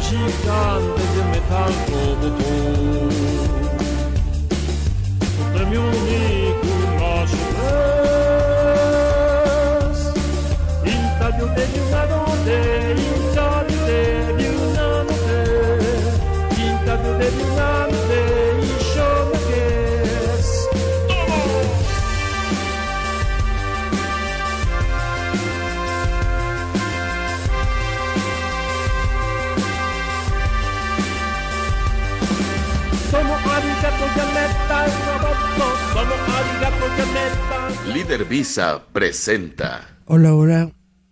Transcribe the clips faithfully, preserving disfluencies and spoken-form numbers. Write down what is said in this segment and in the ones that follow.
gigantes de metal robotó. Un premio único, un rayo tres. Intaglio di una notte, intaglio di una notte, intaglio di una notte, il show che es. Líder Visa presenta. Hola, hola.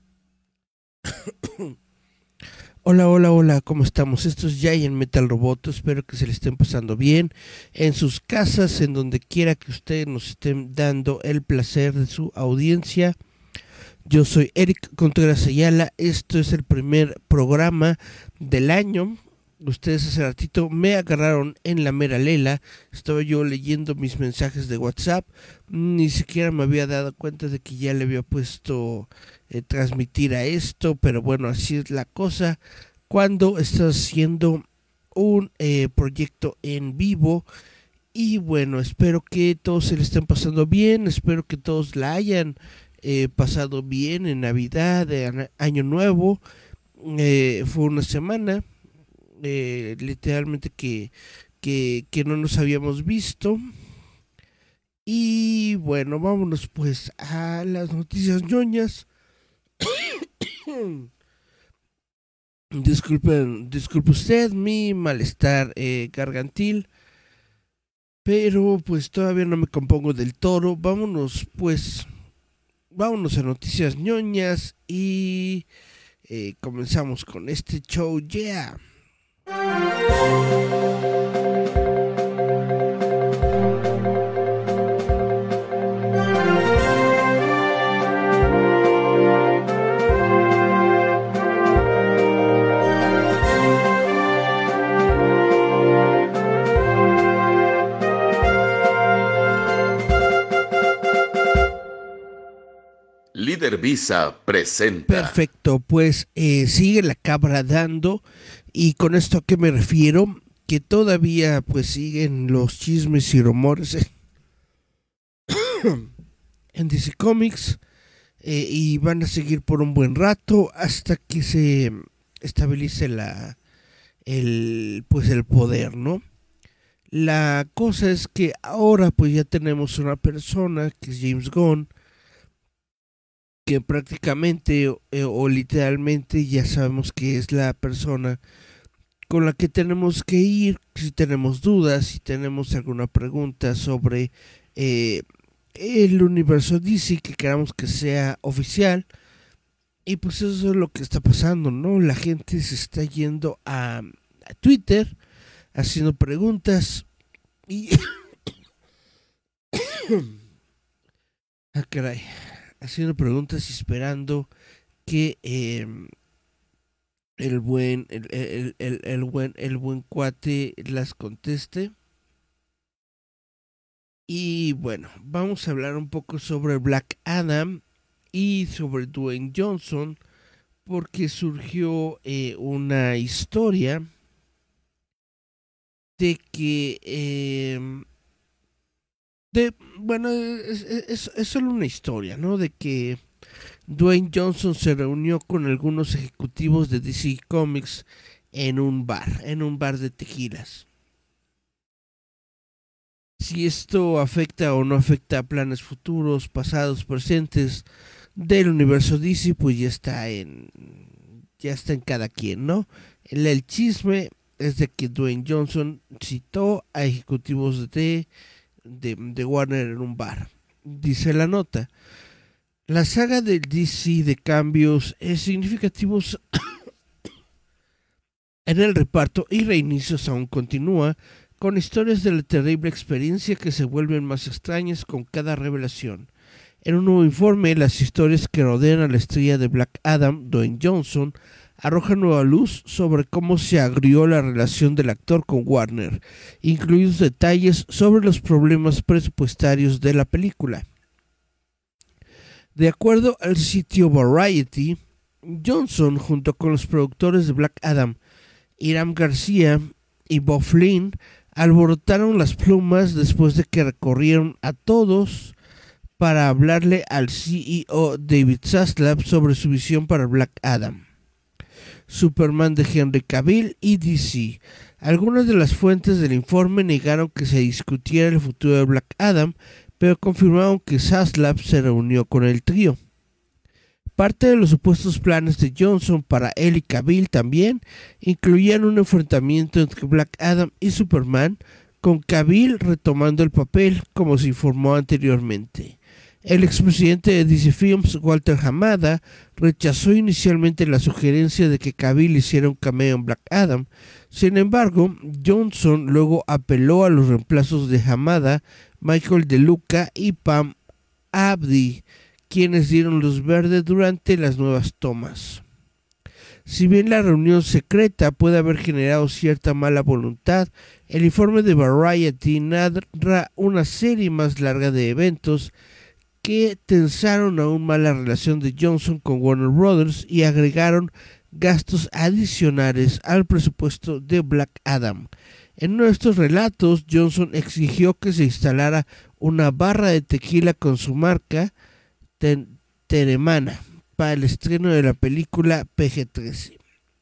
Hola, hola, hola, ¿cómo estamos? Esto es Giant Metal Roboto, espero que se le estén pasando bien en sus casas, en donde quiera que ustedes nos estén dando el placer de su audiencia. Yo soy Eric Contreras Ayala, esto es el primer programa del año. Ustedes hace ratito me agarraron en la mera lela, estaba yo leyendo mis mensajes de WhatsApp, ni siquiera me había dado cuenta de que ya le había puesto eh, transmitir a esto, pero bueno, así es la cosa cuando estás haciendo un eh, proyecto en vivo. Y bueno, espero que todos se le estén pasando bien, espero que todos la hayan eh, pasado bien en Navidad, en Año Nuevo. Eh, fue una semana Eh, literalmente que, que, que no nos habíamos visto. Y bueno, vámonos pues a las noticias ñoñas. Disculpen, disculpe usted mi malestar eh, gargantil, pero pues todavía no me compongo del toro. Vámonos pues, vámonos a noticias ñoñas y eh, comenzamos con este show, yeah. Líder Visa presenta. Perfecto, pues eh, sigue la cabra dando. ¿Y con esto a qué me refiero? Que todavía pues siguen los chismes y rumores eh, en D C Comics eh, y van a seguir por un buen rato hasta que se estabilice la el pues el poder, ¿no? La cosa es que ahora pues ya tenemos una persona que es James Gunn, que prácticamente eh, o literalmente ya sabemos que es la persona con la que tenemos que ir si tenemos dudas, si tenemos alguna pregunta sobre eh, el universo D C que queramos que sea oficial. Y pues eso es lo que está pasando, ¿no? La gente se está yendo a, a Twitter haciendo preguntas y ah, caray, haciendo preguntas y esperando que eh, el buen el, el, el, el buen el buen cuate las conteste. Y bueno, vamos a hablar un poco sobre Black Adam y sobre Dwayne Johnson, porque surgió eh, una historia de que eh, de bueno es, es, es solo una historia, ¿no? De que Dwayne Johnson se reunió con algunos ejecutivos de D C Comics en un bar, en un bar de tequilas. Si esto afecta o no afecta a planes futuros, pasados, presentes del universo D C, pues ya está en ya está en cada quien, ¿no? El, el chisme es de que Dwayne Johnson citó a ejecutivos de, de, de Warner en un bar. Dice la nota: la saga del D C de cambios significativos en el reparto y reinicios aún continúa, con historias de la terrible experiencia que se vuelven más extrañas con cada revelación. En un nuevo informe, las historias que rodean a la estrella de Black Adam, Dwayne Johnson, arrojan nueva luz sobre cómo se agrió la relación del actor con Warner, incluidos detalles sobre los problemas presupuestarios de la película. De acuerdo al sitio Variety, Johnson, junto con los productores de Black Adam Hiram García y Bob Flynn alborotaron las plumas después de que recorrieron a todos para hablarle al C E O David Zaslav sobre su visión para Black Adam, Superman de Henry Cavill y D C. Algunas de las fuentes del informe negaron que se discutiera el futuro de Black Adam, pero confirmaron que Zaslav se reunió con el trío. Parte de los supuestos planes de Johnson para él y Cavill también incluían un enfrentamiento entre Black Adam y Superman, con Cavill retomando el papel, como se informó anteriormente. El expresidente de D C Films, Walter Hamada, rechazó inicialmente la sugerencia de que Cavill hiciera un cameo en Black Adam. Sin embargo, Johnson luego apeló a los reemplazos de Hamada, Michael De Luca y Pam Abdi, quienes dieron luz verde durante las nuevas tomas. Si bien la reunión secreta puede haber generado cierta mala voluntad, el informe de Variety narra una serie más larga de eventos que tensaron aún más la relación de Johnson con Warner Brothers y agregaron gastos adicionales al presupuesto de Black Adam. En uno de estos relatos, Johnson exigió que se instalara una barra de tequila con su marca Teremana para el estreno de la película P G trece.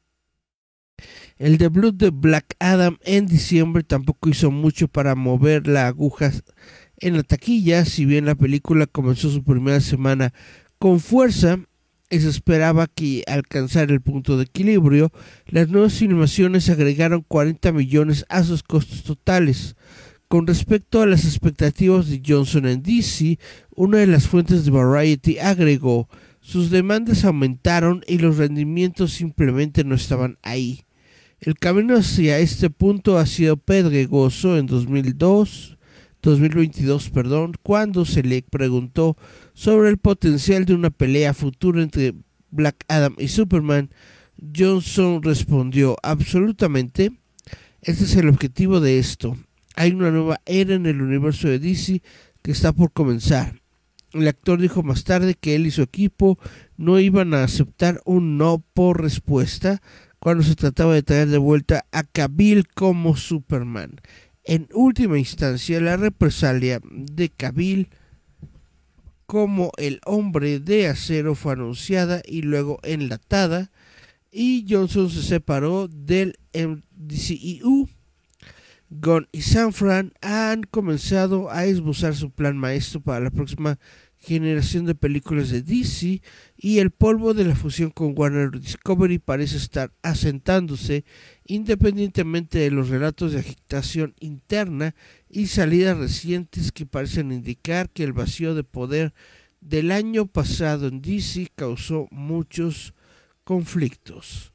El debut de Black Adam en diciembre tampoco hizo mucho para mover la aguja en la taquilla. Si bien la película comenzó su primera semana con fuerza y se esperaba que alcanzara el punto de equilibrio, las nuevas filmaciones agregaron cuarenta millones a sus costos totales. Con respecto a las expectativas de Johnson en D C, una de las fuentes de Variety agregó: sus demandas aumentaron y los rendimientos simplemente no estaban ahí. El camino hacia este punto ha sido pedregoso. En dos mil dos, dos mil veintidós, perdón, cuando se le preguntó sobre el potencial de una pelea futura entre Black Adam y Superman, Johnson respondió: absolutamente, este es el objetivo de esto. Hay una nueva era en el universo de D C que está por comenzar. El actor dijo más tarde que él y su equipo no iban a aceptar un no por respuesta cuando se trataba de traer de vuelta a Cavill como Superman. En última instancia, la represalia de Cavill como el Hombre de Acero fue anunciada y luego enlatada, y Johnson se separó del M C U. Gunn y Safran han comenzado a esbozar su plan maestro para la próxima generación de películas de D C, y el polvo de la fusión con Warner Discovery parece estar asentándose, independientemente de los relatos de agitación interna y salidas recientes que parecen indicar que el vacío de poder del año pasado en D C causó muchos conflictos.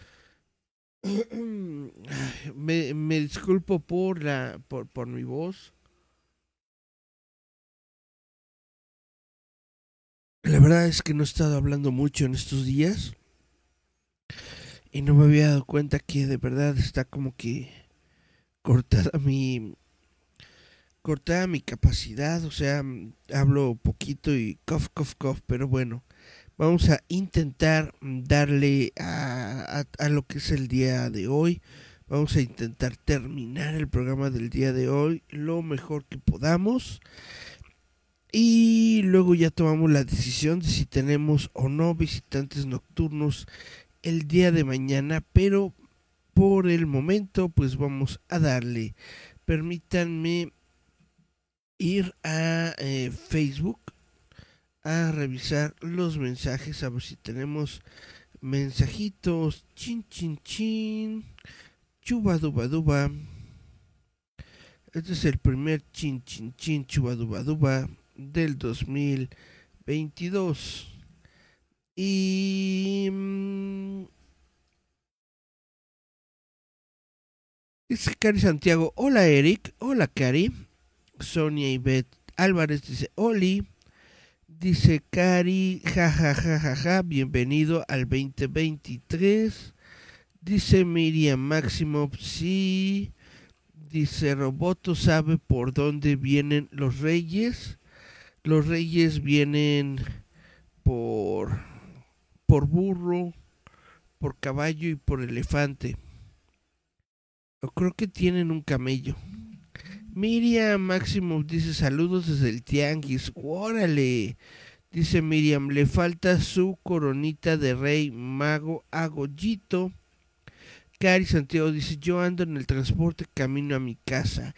Me, me disculpo por la por, por mi voz. La verdad es que no he estado hablando mucho en estos días y no me había dado cuenta que de verdad está como que cortada mi cortada mi capacidad. O sea, hablo poquito y cough, cough, cough, pero bueno, vamos a intentar darle a, a, a lo que es el día de hoy. Vamos a intentar terminar el programa del día de hoy lo mejor que podamos. Y luego ya tomamos la decisión de si tenemos o no visitantes nocturnos el día de mañana. Pero por el momento pues vamos a darle. Permítanme ir a eh, Facebook a revisar los mensajes, a ver si tenemos mensajitos. Chin chin chin, chuba duba duba. Este es el primer chin chin chin chuba duba duba del dos mil veintidós. Y mmm, dice Cari Santiago: hola Eric. Hola Cari. Sonia Ivette Álvarez dice: Oli. Dice Cari: jajajajaja, ja, ja, ja, bienvenido al veinte veintitrés. Dice Miriam Máximo: sí. Dice Roboto: ¿sabe por dónde vienen los reyes? Los reyes vienen por por burro, por caballo y por elefante. O creo que tienen un camello. Miriam Maximoff dice saludos desde el tianguis. ¡Órale! Dice Miriam, le falta su coronita de rey mago a Goyito. Cari Santiago dice, yo ando en el transporte camino a mi casa.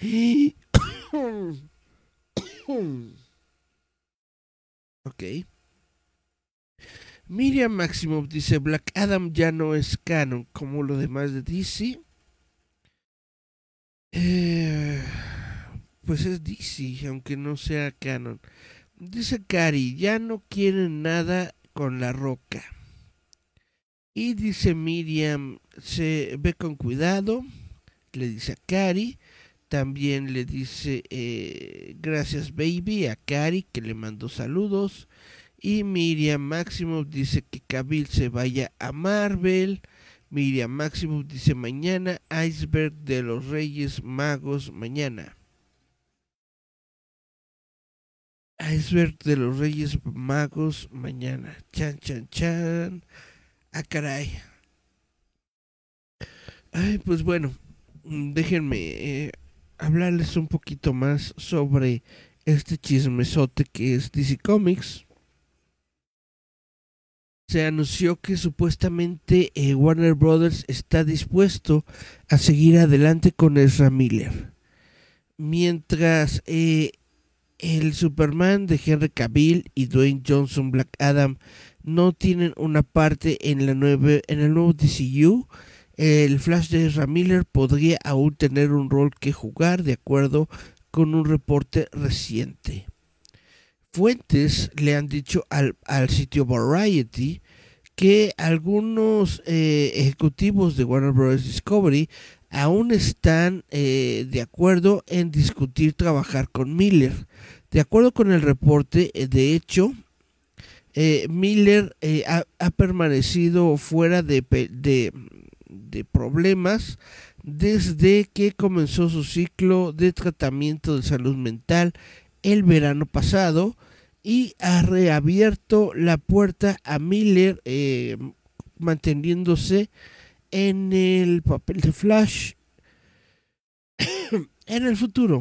Ok. Miriam Maximoff dice, Black Adam ya no es canon como lo demás de D C. Eh, pues es D C, aunque no sea canon. Dice Cari, ya no quieren nada con La Roca. Y dice Miriam, se ve con cuidado. Le dice a Cari. También le dice eh, gracias baby a Cari, que le mandó saludos. Y Miriam Maximoff dice que Cavill se vaya a Marvel. Miriam Maximoff dice mañana Iceberg de los Reyes Magos mañana. Iceberg de los Reyes Magos mañana. Chan, chan, chan. Ah, caray. Ay, pues bueno, déjenme eh, hablarles un poquito más sobre este chismesote que es D C Comics. Se anunció que supuestamente eh, Warner Brothers está dispuesto a seguir adelante con Ezra Miller. Mientras eh, el Superman de Henry Cavill y Dwayne Johnson, Black Adam, no tienen una parte en, la nueve, en el nuevo D C U, el Flash de Ezra Miller podría aún tener un rol que jugar, de acuerdo con un reporte reciente. Fuentes le han dicho al, al sitio Variety que algunos eh, ejecutivos de Warner Bros. Discovery aún están eh, de acuerdo en discutir trabajar con Miller. De acuerdo con el reporte, eh, de hecho, eh, Miller eh, ha, ha permanecido fuera de, de, de problemas desde que comenzó su ciclo de tratamiento de salud mental el verano pasado, y ha reabierto la puerta a Miller eh, manteniéndose en el papel de Flash en el futuro.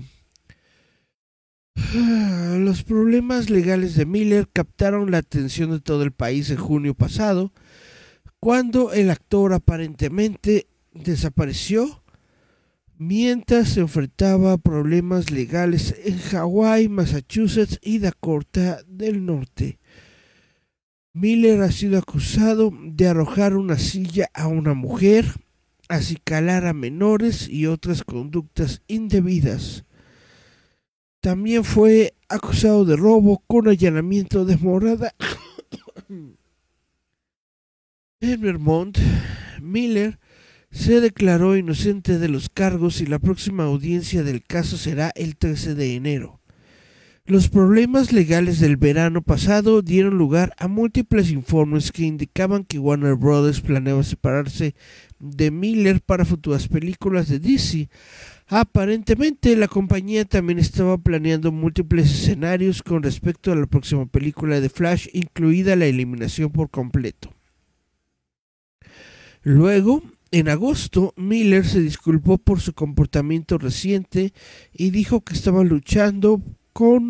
Los problemas legales de Miller captaron la atención de todo el país en junio pasado, cuando el actor aparentemente desapareció mientras se enfrentaba a problemas legales en Hawái, Massachusetts y Dakota del Norte. Miller ha sido acusado de arrojar una silla a una mujer, acicalar a menores y otras conductas indebidas. También fue acusado de robo con allanamiento de morada en Vermont. Miller se declaró inocente de los cargos y la próxima audiencia del caso será el trece de enero. Los problemas legales del verano pasado dieron lugar a múltiples informes que indicaban que Warner Bros. Planeaba separarse de Miller para futuras películas de D C. Aparentemente, la compañía también estaba planeando múltiples escenarios con respecto a la próxima película de Flash, incluida la eliminación por completo. Luego, en agosto, Miller se disculpó por su comportamiento reciente y dijo que estaba luchando con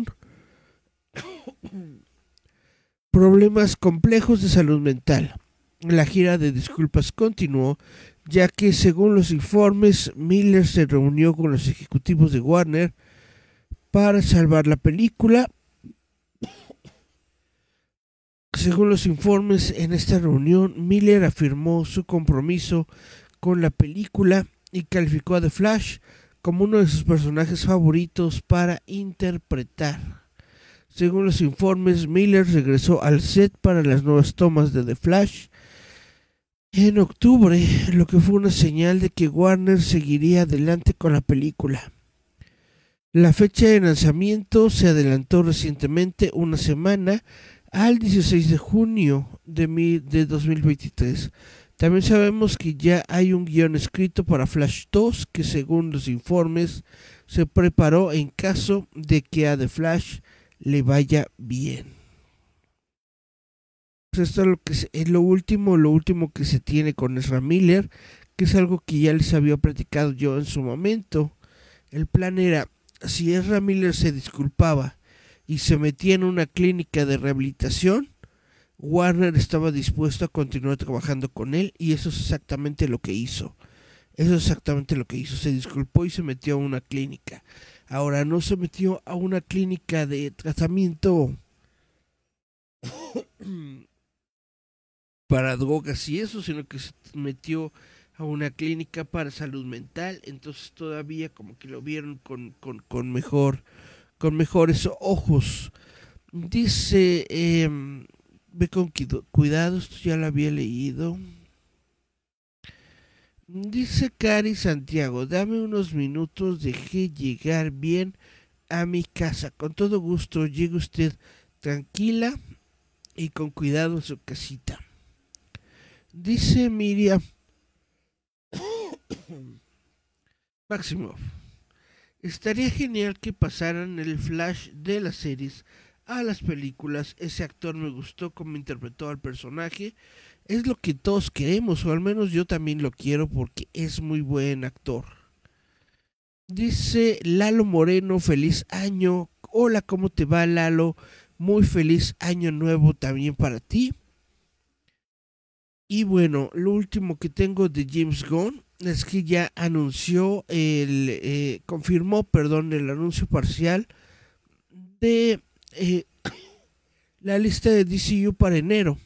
problemas complejos de salud mental. La gira de disculpas continuó, ya que según los informes, Miller se reunió con los ejecutivos de Warner para salvar la película. Según los informes, en esta reunión, Miller afirmó su compromiso con la película y calificó a The Flash como uno de sus personajes favoritos para interpretar. Según los informes, Miller regresó al set para las nuevas tomas de The Flash en octubre, lo que fue una señal de que Warner seguiría adelante con la película. La fecha de lanzamiento se adelantó recientemente una semana al dieciséis de junio de, mi, de dos mil veintitrés. También sabemos que ya hay un guión escrito para Flash dos que, según los informes, se preparó en caso de que a The Flash le vaya bien. Pues esto es lo, que se, es lo último, lo último que se tiene con Ezra Miller, que es algo que ya les había platicado yo en su momento. El plan era, si Ezra Miller se disculpaba y se metía en una clínica de rehabilitación, Warner estaba dispuesto a continuar trabajando con él, y eso es exactamente lo que hizo. Eso es exactamente lo que hizo. Se disculpó y se metió a una clínica. Ahora, no se metió a una clínica de tratamiento para drogas y eso, sino que se metió a una clínica para salud mental. Entonces todavía como que lo vieron con, con, con mejor, con mejores ojos. Dice, eh, ve con cuidado, esto ya lo había leído. Dice Cari Santiago, dame unos minutos, dejé llegar bien a mi casa. Con todo gusto, llegue usted tranquila y con cuidado a su casita. Dice Miriam Maximoff, estaría genial que pasaran el flash de las series a las películas. Ese actor me gustó como interpretó al personaje. Es lo que todos queremos, o al menos yo también lo quiero porque es muy buen actor. Dice Lalo Moreno, feliz año. Hola, ¿cómo te va, Lalo? Muy feliz año nuevo también para ti. Y bueno, lo último que tengo de James Gunn es que ya anunció, el eh, confirmó, perdón, el anuncio parcial de eh, la lista de D C U para enero.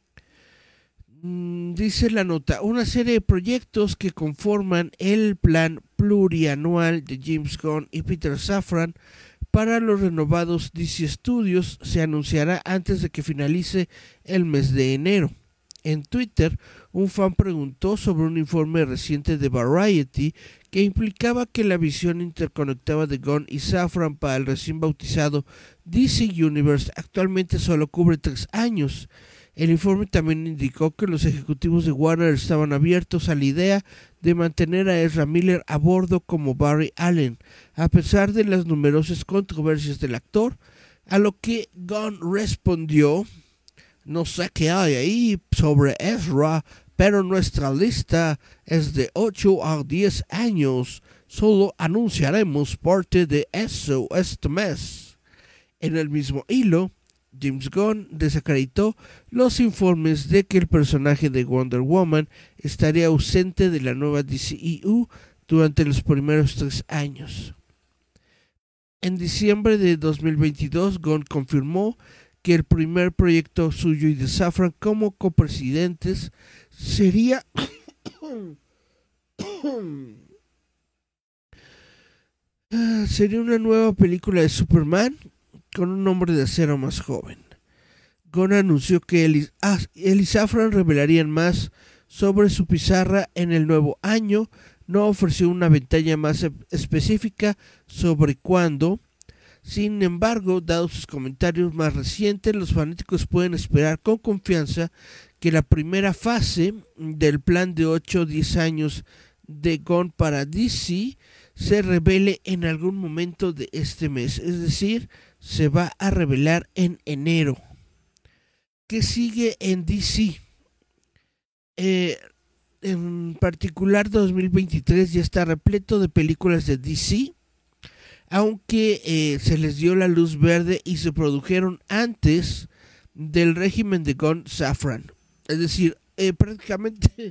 Mm, dice la nota, una serie de proyectos que conforman el plan plurianual de James Gunn y Peter Safran para los renovados D C Studios se anunciará antes de que finalice el mes de enero. En Twitter, un fan preguntó sobre un informe reciente de Variety que implicaba que la visión interconectada de Gunn y Safran para el recién bautizado D C Universe actualmente solo cubre tres años. El informe también indicó que los ejecutivos de Warner estaban abiertos a la idea de mantener a Ezra Miller a bordo como Barry Allen, a pesar de las numerosas controversias del actor, a lo que Gunn respondió: no sé qué hay ahí sobre Ezra, pero nuestra lista es de ocho a diez años. Solo anunciaremos parte de eso este mes. En el mismo hilo, James Gunn desacreditó los informes de que el personaje de Wonder Woman estaría ausente de la nueva D C E U durante los primeros tres años. En diciembre de dos mil veintidós, Gunn confirmó que el primer proyecto suyo y de Safran como copresidentes sería sería una nueva película de Superman con un hombre de acero más joven. Gunn anunció que él y, ah, él y Safran revelarían más sobre su pizarra en el nuevo año. No ofreció una ventana más específica sobre cuándo. Sin embargo, dados sus comentarios más recientes, los fanáticos pueden esperar con confianza que la primera fase del plan de ocho a diez años de Gunn para D C se revele en algún momento de este mes, es decir, se va a revelar en enero. ¿Qué sigue en D C? Eh, en particular, dos mil veintitrés ya está repleto de películas de D C, aunque eh, se les dio la luz verde y se produjeron antes del régimen de Gunn Safran. Es decir, eh, prácticamente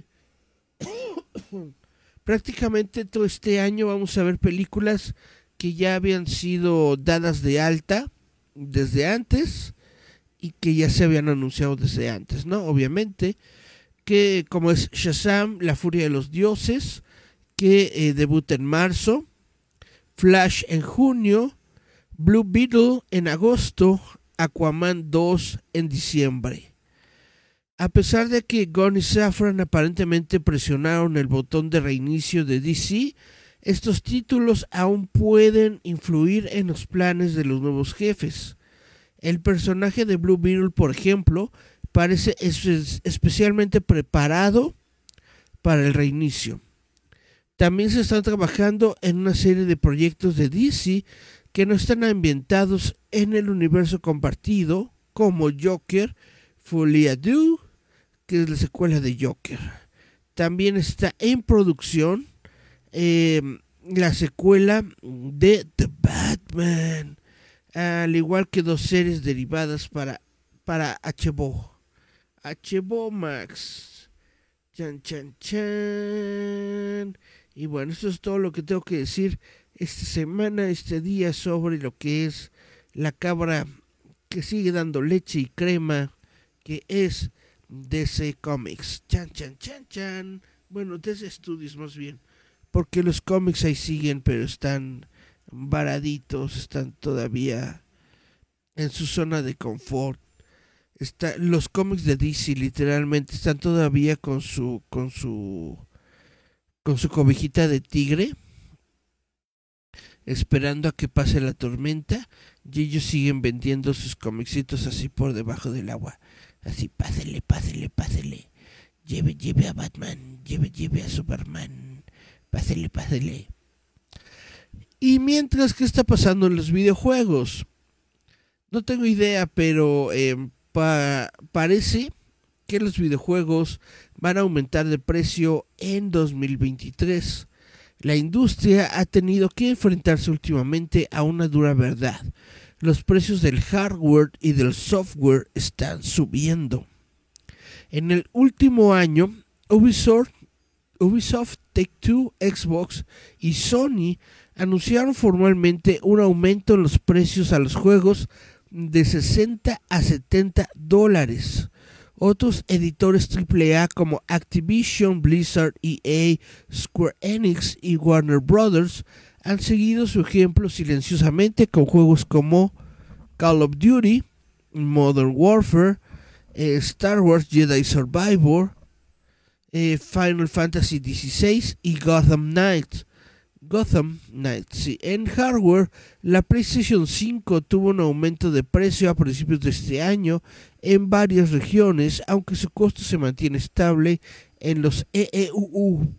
prácticamente todo este año vamos a ver películas que ya habían sido dadas de alta desde antes y que ya se habían anunciado desde antes, ¿no? Obviamente, que como es Shazam, La Furia de los Dioses, que eh, debuta en marzo, Flash en junio, Blue Beetle en agosto, Aquaman dos en diciembre. A pesar de que Gunn y Safran aparentemente presionaron el botón de reinicio de D C, estos títulos aún pueden influir en los planes de los nuevos jefes. El personaje de Blue Beetle, por ejemplo, parece es especialmente preparado para el reinicio. También se están trabajando en una serie de proyectos de D C que no están ambientados en el universo compartido, como Joker, Folie à Deux, que es la secuela de Joker. también está en producción eh, la secuela de The Batman, al igual que dos series derivadas para, para H B O. H B O Max. Chan, chan, chan. Y bueno, eso es todo lo que tengo que decir esta semana, este día, sobre lo que es la cabra que sigue dando leche y crema, que es D C Comics. Chan, chan, chan, chan. Bueno, D C Studios más bien, porque los cómics ahí siguen, pero están varaditos, están todavía en su zona de confort. Está, los cómics de D C literalmente están todavía con su con su con su cobijita de tigre, esperando a que pase la tormenta, y ellos siguen vendiendo sus comicitos así por debajo del agua. Así, pásele, pásele, pásele. Lleve, lleve a Batman, lleve, lleve a Superman. Pásele, pásele. Y mientras, ¿qué está pasando en los videojuegos? No tengo idea, pero eh, pa- parece que los videojuegos van a aumentar de precio en dos mil veintitrés. La industria ha tenido que enfrentarse últimamente a una dura verdad. Los precios del hardware y del software están subiendo. En el último año, Ubisoft, Ubisoft, Take-Two, Xbox y Sony anunciaron formalmente un aumento en los precios a los juegos de sesenta a setenta dólares. Otros editores triple A como Activision, Blizzard, E A, Square Enix y Warner Brothers han seguido su ejemplo silenciosamente con juegos como Call of Duty, Modern Warfare, eh, Star Wars Jedi Survivor, eh, Final Fantasy dieciséis y Gotham Knights. Gotham Knights. Sí. En hardware, la PlayStation cinco tuvo un aumento de precio a principios de este año en varias regiones, aunque su costo se mantiene estable en los E E U U.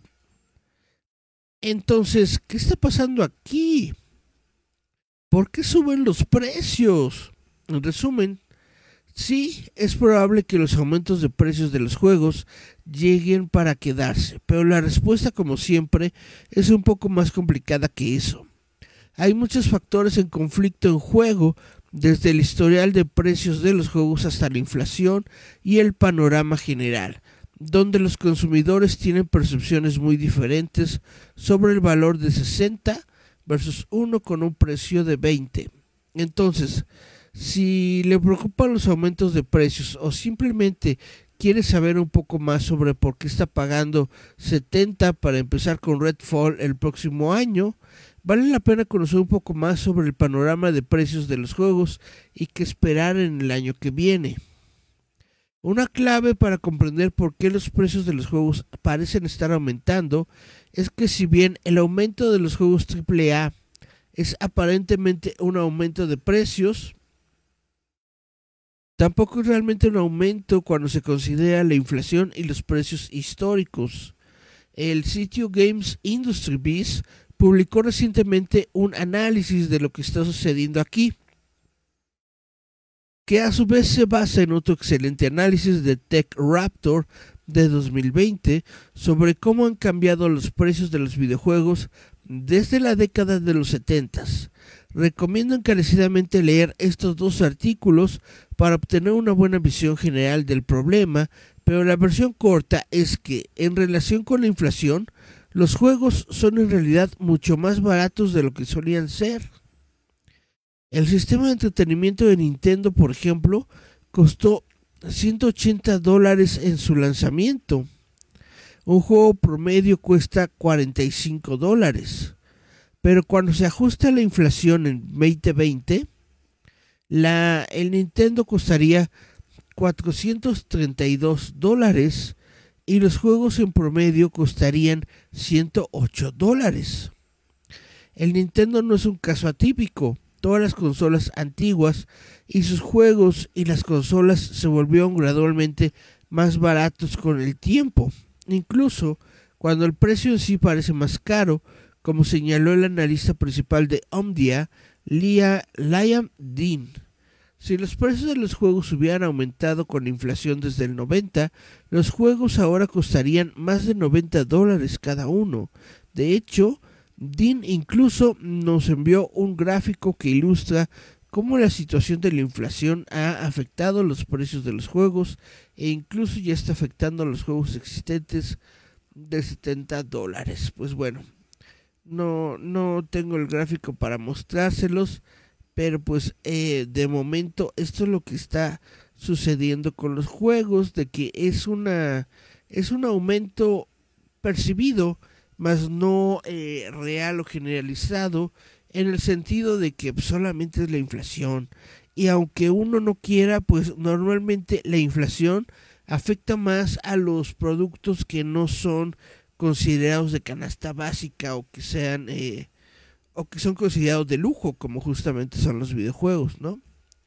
Entonces, ¿qué está pasando aquí? ¿Por qué suben los precios? En resumen, sí, es probable que los aumentos de precios de los juegos lleguen para quedarse, pero la respuesta, como siempre, es un poco más complicada que eso. Hay muchos factores en conflicto en juego, desde el historial de precios de los juegos hasta la inflación y el panorama general, donde los consumidores tienen percepciones muy diferentes sobre el valor de sesenta versus uno con un precio de veinte. Entonces, si le preocupan los aumentos de precios o simplemente quiere saber un poco más sobre por qué está pagando setenta para empezar con Redfall el próximo año, vale la pena conocer un poco más sobre el panorama de precios de los juegos y qué esperar en el año que viene. Una clave para comprender por qué los precios de los juegos parecen estar aumentando es que, si bien el aumento de los juegos triple A es aparentemente un aumento de precios, tampoco es realmente un aumento cuando se considera la inflación y los precios históricos. El sitio Games Industry Biz publicó recientemente un análisis de lo que está sucediendo aquí, que a su vez se basa en otro excelente análisis de TechRaptor de dos mil veinte sobre cómo han cambiado los precios de los videojuegos desde la década de los setentas. Recomiendo encarecidamente leer estos dos artículos para obtener una buena visión general del problema, pero la versión corta es que, en relación con la inflación, los juegos son en realidad mucho más baratos de lo que solían ser. El sistema de entretenimiento de Nintendo, por ejemplo, costó ciento ochenta dólares en su lanzamiento. Un juego promedio cuesta cuarenta y cinco dólares. Pero cuando se ajusta a la inflación en veinte veinte, la, el Nintendo costaría cuatrocientos treinta y dos dólares y los juegos en promedio costarían ciento ocho dólares. El Nintendo no es un caso atípico. Todas las consolas antiguas y sus juegos y las consolas se volvieron gradualmente más baratos con el tiempo, incluso cuando el precio en sí parece más caro, como señaló el analista principal de Omdia, Liam Dean. Si los precios de los juegos hubieran aumentado con la inflación desde el noventa, los juegos ahora costarían más de noventa dólares cada uno. De hecho, Dean incluso nos envió un gráfico que ilustra cómo la situación de la inflación ha afectado los precios de los juegos e incluso ya está afectando a los juegos existentes de setenta dólares. Pues bueno, no, no tengo el gráfico para mostrárselos, pero pues eh, de momento esto es lo que está sucediendo con los juegos, de que es una es un aumento percibido, mas no eh, real o generalizado, en el sentido de que solamente es la inflación. Y aunque uno no quiera, pues normalmente la inflación afecta más a los productos que no son considerados de canasta básica o que sean eh, o que son considerados de lujo, como justamente son los videojuegos, ¿no?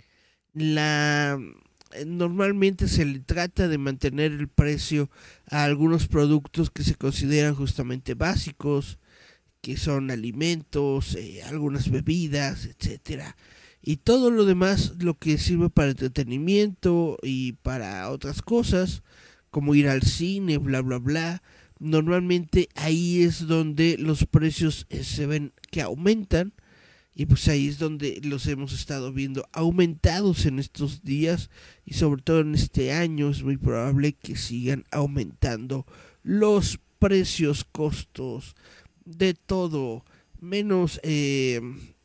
La normalmente se le trata de mantener el precio a algunos productos que se consideran justamente básicos, que son alimentos, eh, algunas bebidas, etcétera. Y todo lo demás, lo que sirve para entretenimiento y para otras cosas, como ir al cine, bla, bla, bla, normalmente ahí es donde los precios eh, se ven que aumentan, y pues ahí es donde los hemos estado viendo aumentados en estos días, y sobre todo en este año es muy probable que sigan aumentando los precios, costos de todo, menos eh,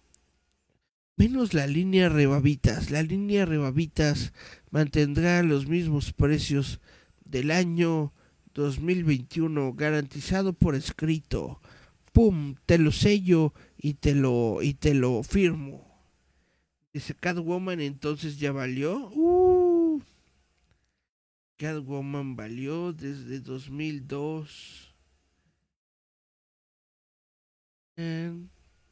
menos la línea Rebabitas. La línea Rebabitas mantendrá los mismos precios del año dos mil veintiuno, garantizado por escrito. Pum, te lo sello y te lo y te lo firmo. Dice Catwoman, entonces ya valió. Uh, Catwoman valió desde dos mil dos. Eh,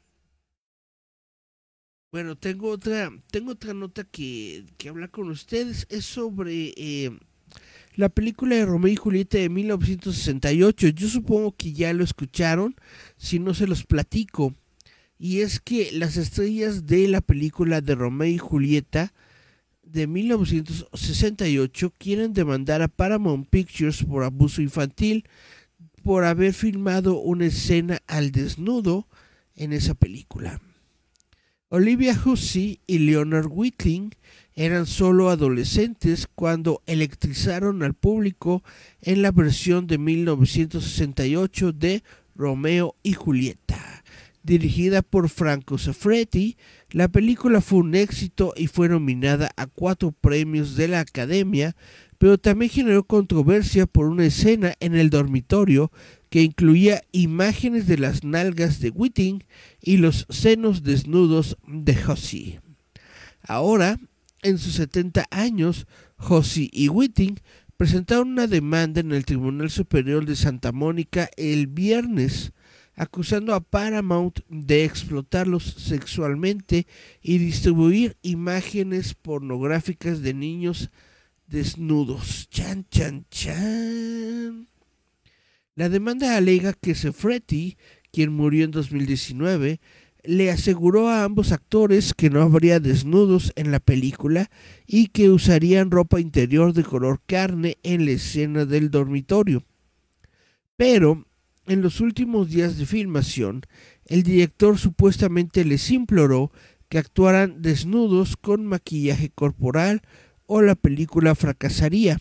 bueno, tengo otra tengo otra nota que, que hablar con ustedes. Es sobre eh, la película de Romeo y Julieta de mil novecientos sesenta y ocho. Yo supongo que ya lo escucharon, si no se los platico. Y es que las estrellas de la película de Romeo y Julieta de mil novecientos sesenta y ocho quieren demandar a Paramount Pictures por abuso infantil por haber filmado una escena al desnudo en esa película. Olivia Hussey y Leonard Whitling eran solo adolescentes cuando electrizaron al público en la versión de mil novecientos sesenta y ocho de Romeo y Julieta. Dirigida por Franco Safretti, la película fue un éxito y fue nominada a cuatro premios de la Academia, pero también generó controversia por una escena en el dormitorio que incluía imágenes de las nalgas de Whiting y los senos desnudos de Hussey. Ahora, en sus setenta años, Hussey y Whiting presentaron una demanda en el Tribunal Superior de Santa Mónica el viernes, acusando a Paramount de explotarlos sexualmente y distribuir imágenes pornográficas de niños desnudos. Chan, chan, chan. La demanda alega que Safretti, quien murió en dos mil diecinueve, le aseguró a ambos actores que no habría desnudos en la película y que usarían ropa interior de color carne en la escena del dormitorio. Pero en los últimos días de filmación, el director supuestamente les imploró que actuaran desnudos con maquillaje corporal o la película fracasaría.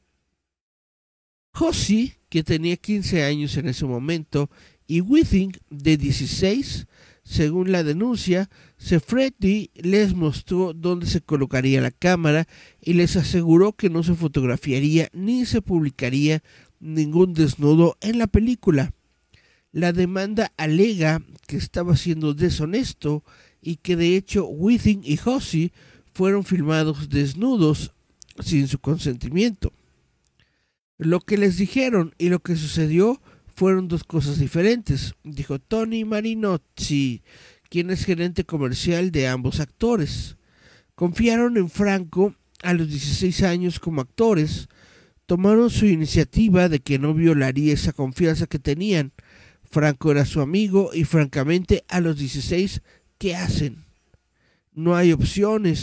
Hussey, que tenía quince años en ese momento, y Whiting, de dieciséis, según la denuncia, Safretti les mostró dónde se colocaría la cámara y les aseguró que no se fotografiaría ni se publicaría ningún desnudo en la película. La demanda alega que estaba siendo deshonesto y que de hecho Whiting y Hussey fueron filmados desnudos sin su consentimiento. Lo que les dijeron y lo que sucedió fueron dos cosas diferentes, dijo Tony Marinozzi, quien es gerente comercial de ambos actores. Confiaron en Franco a los dieciséis años como actores, tomaron su iniciativa de que no violaría esa confianza que tenían. Franco era su amigo y francamente a los dieciséis, ¿qué hacen? No hay opciones,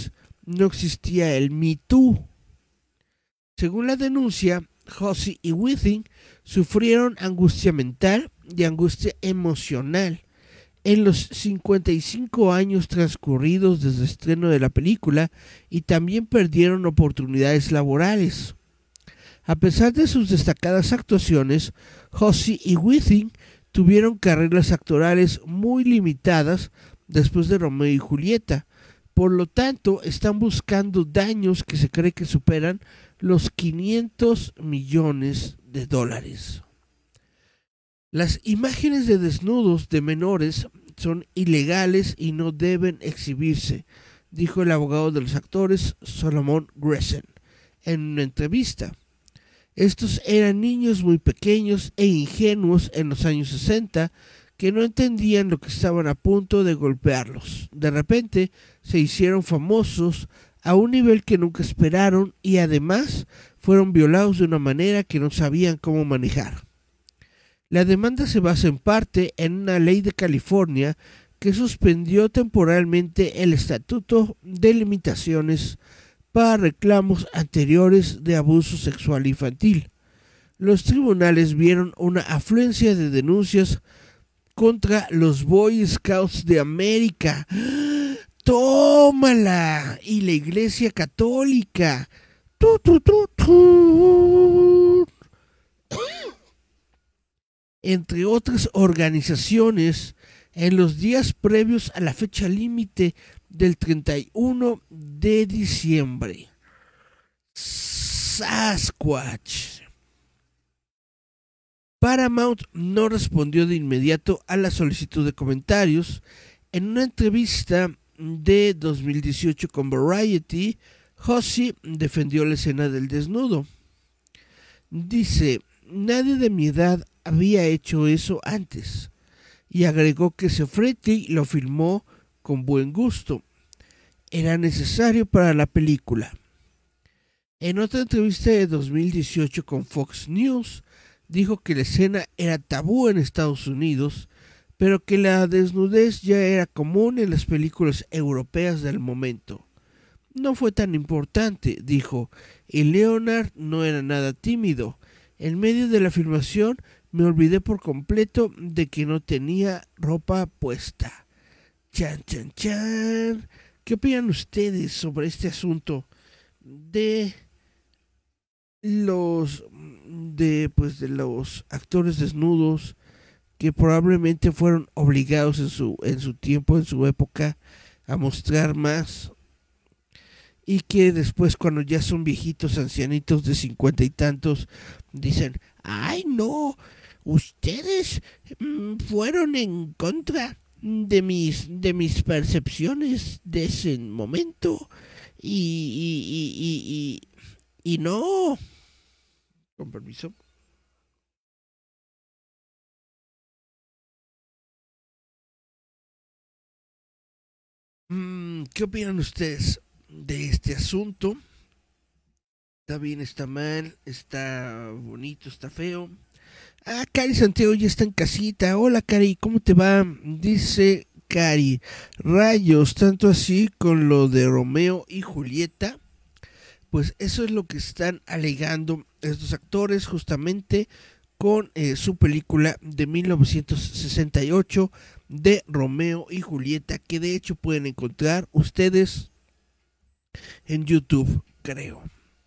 no existía el Me Too. Según la denuncia, Hossie y Withing sufrieron angustia mental y angustia emocional en los cincuenta y cinco años transcurridos desde el estreno de la película y también perdieron oportunidades laborales. A pesar de sus destacadas actuaciones, Hossie y Withing tuvieron carreras actorales muy limitadas después de Romeo y Julieta. Por lo tanto, están buscando daños que se cree que superan los quinientos millones de dólares. Las imágenes de desnudos de menores son ilegales y no deben exhibirse, dijo el abogado de los actores Solomon Gresen en una entrevista. Estos eran niños muy pequeños e ingenuos en los años sesenta que no entendían lo que estaban a punto de golpearlos. De repente se hicieron famosos a un nivel que nunca esperaron y además fueron violados de una manera que no sabían cómo manejar. La demanda se basa en parte en una ley de California que suspendió temporalmente el Estatuto de Limitaciones para reclamos anteriores de abuso sexual infantil. Los tribunales vieron una afluencia de denuncias contra los Boy Scouts de América. ¡Tómala! Y la Iglesia Católica. ¡Tu, tu, tu, tu! Entre otras organizaciones, en los días previos a la fecha límite del treinta y uno de diciembre. Sasquatch. Paramount no respondió de inmediato a la solicitud de comentarios. En una entrevista de dos mil dieciocho con Variety, Hossie defendió la escena del desnudo. Dice, nadie de mi edad había hecho eso antes. Y agregó que Safrety lo filmó con buen gusto. Era necesario para la película. En otra entrevista de dos mil dieciocho con Fox News, dijo que la escena era tabú en Estados Unidos, pero que la desnudez ya era común en las películas europeas del momento. No fue tan importante, dijo, y Leonard no era nada tímido. En medio de la filmación me olvidé por completo de que no tenía ropa puesta. Chan, chan, chan. ¿Qué opinan ustedes sobre este asunto de los de pues de los actores desnudos que probablemente fueron obligados en su en su tiempo, en su época, a mostrar más, y que después, cuando ya son viejitos, ancianitos de cincuenta y tantos, dicen, ay no, ustedes mmm, fueron en contra de mis de mis percepciones de ese momento y y, y, y, y no, con permiso. ¿Qué opinan ustedes de este asunto? ¿Está bien, está mal, está bonito, está feo? Ah, Cari Santiago ya está en casita. Hola, Cari, ¿cómo te va? Dice Cari, rayos, tanto así con lo de Romeo y Julieta. Pues eso es lo que están alegando estos actores justamente con eh, su película de mil novecientos sesenta y ocho de Romeo y Julieta, que de hecho pueden encontrar ustedes en YouTube, creo.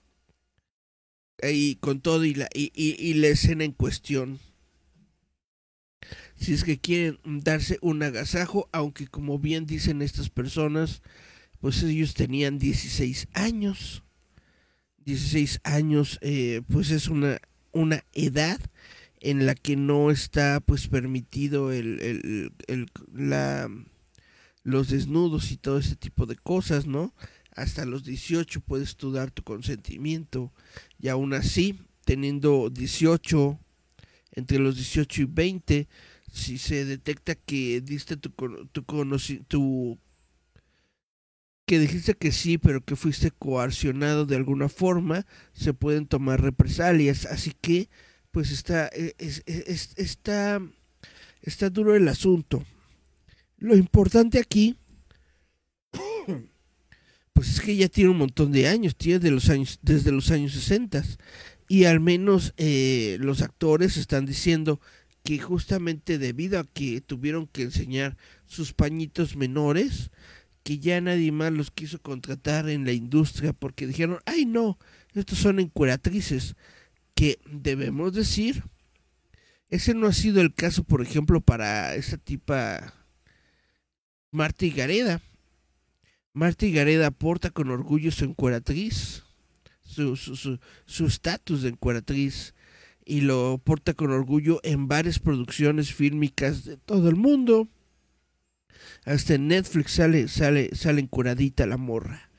Ahí con todo y la, y, y, y la escena en cuestión. Si es que quieren darse un agasajo, aunque como bien dicen estas personas, pues ellos tenían dieciséis años. dieciséis años, eh, pues es una, una edad en la que no está pues permitido el, el, el, la, los desnudos y todo ese tipo de cosas, ¿no? Hasta los dieciocho puedes tú dar tu consentimiento, y aún así, teniendo dieciocho, entre los dieciocho y veinte, si se detecta que diste tu, tu, conoci- tu que dijiste que sí, pero que fuiste coercionado de alguna forma, se pueden tomar represalias. Así que, pues está, es, es, es, está, está duro el asunto. Lo importante aquí, pues es que ya tiene un montón de años, tiene de los años, desde los años sesenta. Y al menos eh, los actores están diciendo que justamente debido a que tuvieron que enseñar sus pañitos menores, que ya nadie más los quiso contratar en la industria porque dijeron, ay no, estos son encueratrices, que debemos decir, ese no ha sido el caso, por ejemplo, para esta tipa Marta Higareda. Marta Higareda porta con orgullo su encueratriz, su su su su estatus de encueratriz, y lo porta con orgullo en varias producciones fílmicas de todo el mundo. Hasta en Netflix sale sale sale encueradita la morra.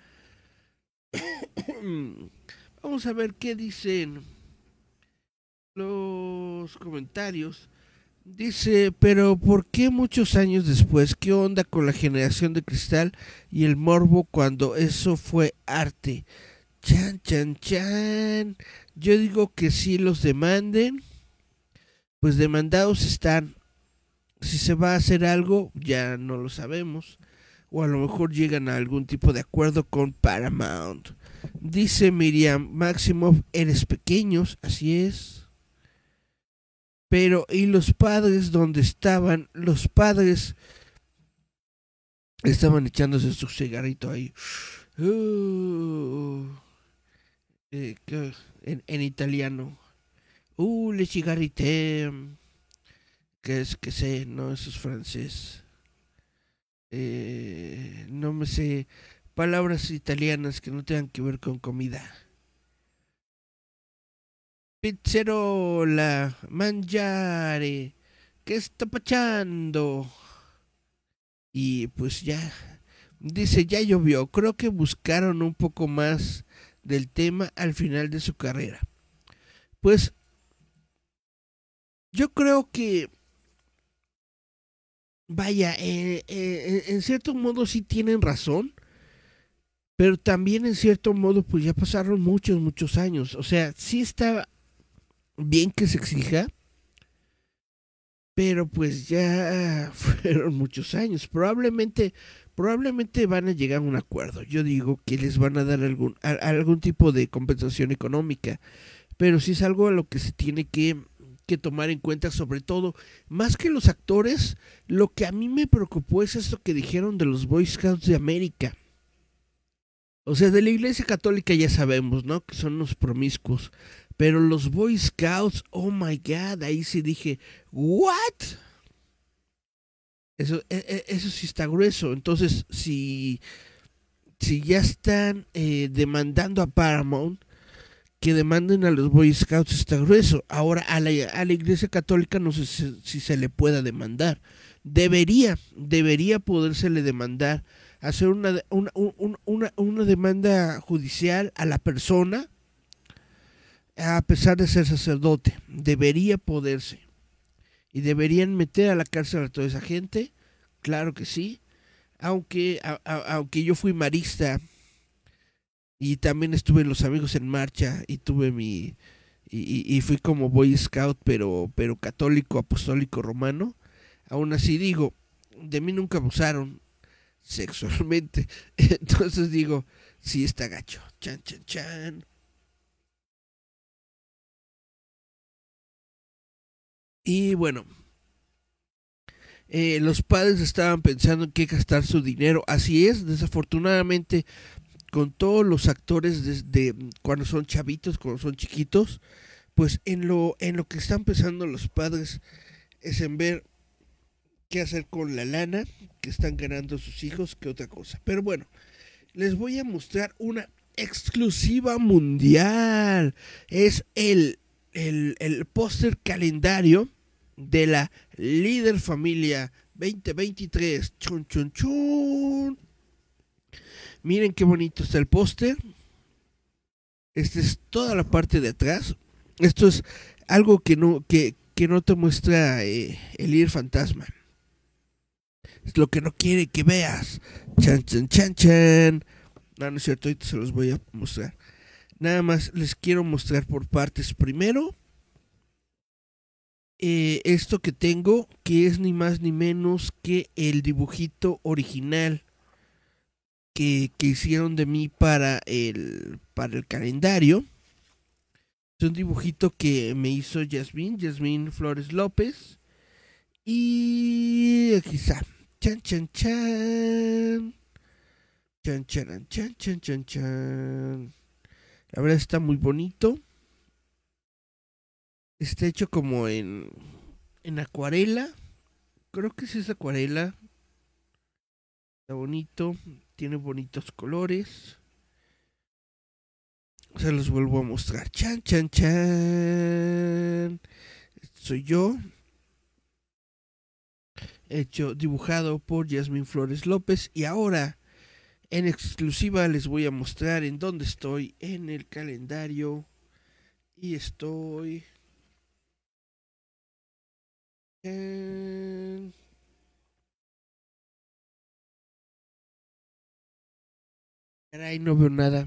Vamos a ver qué dicen los comentarios. Dice, pero ¿por qué muchos años después? ¿Qué onda con la generación de cristal y el morbo cuando eso fue arte? Chan, chan, chan. Yo digo que si los demanden, pues demandados están. Si se va a hacer algo, ya no lo sabemos. O a lo mejor llegan a algún tipo de acuerdo con Paramount. Dice Miriam Maximoff, eres pequeños, así es. Pero, ¿y los padres dónde estaban? Los padres estaban echándose su cigarrito ahí. Uh, eh, en, en italiano. Uh, le cigarrite. Que es que sé, no, eso es francés. Eh, no me sé palabras italianas que no tengan que ver con comida. Pizzerola, mangiare, ¿qué está pachando? Y pues ya, dice, ya llovió. Creo que buscaron un poco más del tema al final de su carrera. Pues yo creo que, vaya, eh, eh, en cierto modo sí tienen razón, pero también en cierto modo pues ya pasaron muchos, muchos años. O sea, sí está bien que se exija, pero pues ya fueron muchos años. Probablemente, probablemente van a llegar a un acuerdo. Yo digo que les van a dar algún, a, algún tipo de compensación económica, pero sí es algo a lo que se tiene que, que tomar en cuenta, sobre todo, más que los actores. Lo que a mí me preocupó es esto que dijeron de los Boy Scouts de América. O sea, de la Iglesia Católica ya sabemos, ¿no? Que son los promiscuos. Pero los Boy Scouts, oh my God, ahí sí dije, ¿what? Eso, eso sí está grueso. Entonces, si, si ya están eh, demandando a Paramount, que demanden a los Boy Scouts está grueso. Ahora, a la, a la Iglesia Católica no sé si, si se le pueda demandar. Debería, debería podérsele demandar, hacer una, una, una, una, una demanda judicial a la persona, a pesar de ser sacerdote. Debería poderse. Y deberían meter a la cárcel a toda esa gente. Claro que sí. Aunque, a, a, aunque yo fui marista y también estuve en Los Amigos en Marcha y tuve mi... Y, y, y fui como Boy Scout, pero, pero católico, apostólico, romano. Aún así digo, de mí nunca abusaron sexualmente. Entonces digo, sí está gacho. Chan, chan, chan. Y bueno, eh, los padres estaban pensando en qué gastar su dinero. Así es, desafortunadamente, con todos los actores desde cuando son chavitos, cuando son chiquitos, pues en lo, en lo que están pensando los padres es en ver qué hacer con la lana que están ganando sus hijos, que otra cosa. Pero bueno, les voy a mostrar una exclusiva mundial. Es el el, el póster calendario de la Líder Familia veinte veintitrés. Chun, chun, chun. Miren qué bonito está el póster. Esta es toda la parte de atrás. Esto es algo que no, que, que no te muestra eh, el Líder Fantasma. Es lo que no quiere que veas. Chan, chan, chan, chan. No, no es cierto, ahorita se los voy a mostrar. Nada más les quiero mostrar por partes. Primero, eh, esto que tengo, que es ni más ni menos que el dibujito original que, que hicieron de mí para el, para el calendario. Es un dibujito que me hizo Yasmín, Yasmín Flores López. Y aquí está. Chan, chan, chan. Chan, chan, chan, chan, chan, chan. La verdad está muy bonito. Está hecho como en, en acuarela. Creo que sí es acuarela. Está bonito. Tiene bonitos colores. Se los vuelvo a mostrar. Chan, chan, chan. Soy yo. Hecho, dibujado por Yasmín Flores López. Y ahora, en exclusiva, les voy a mostrar en dónde estoy en el calendario. Y estoy... en... Caray, no veo nada.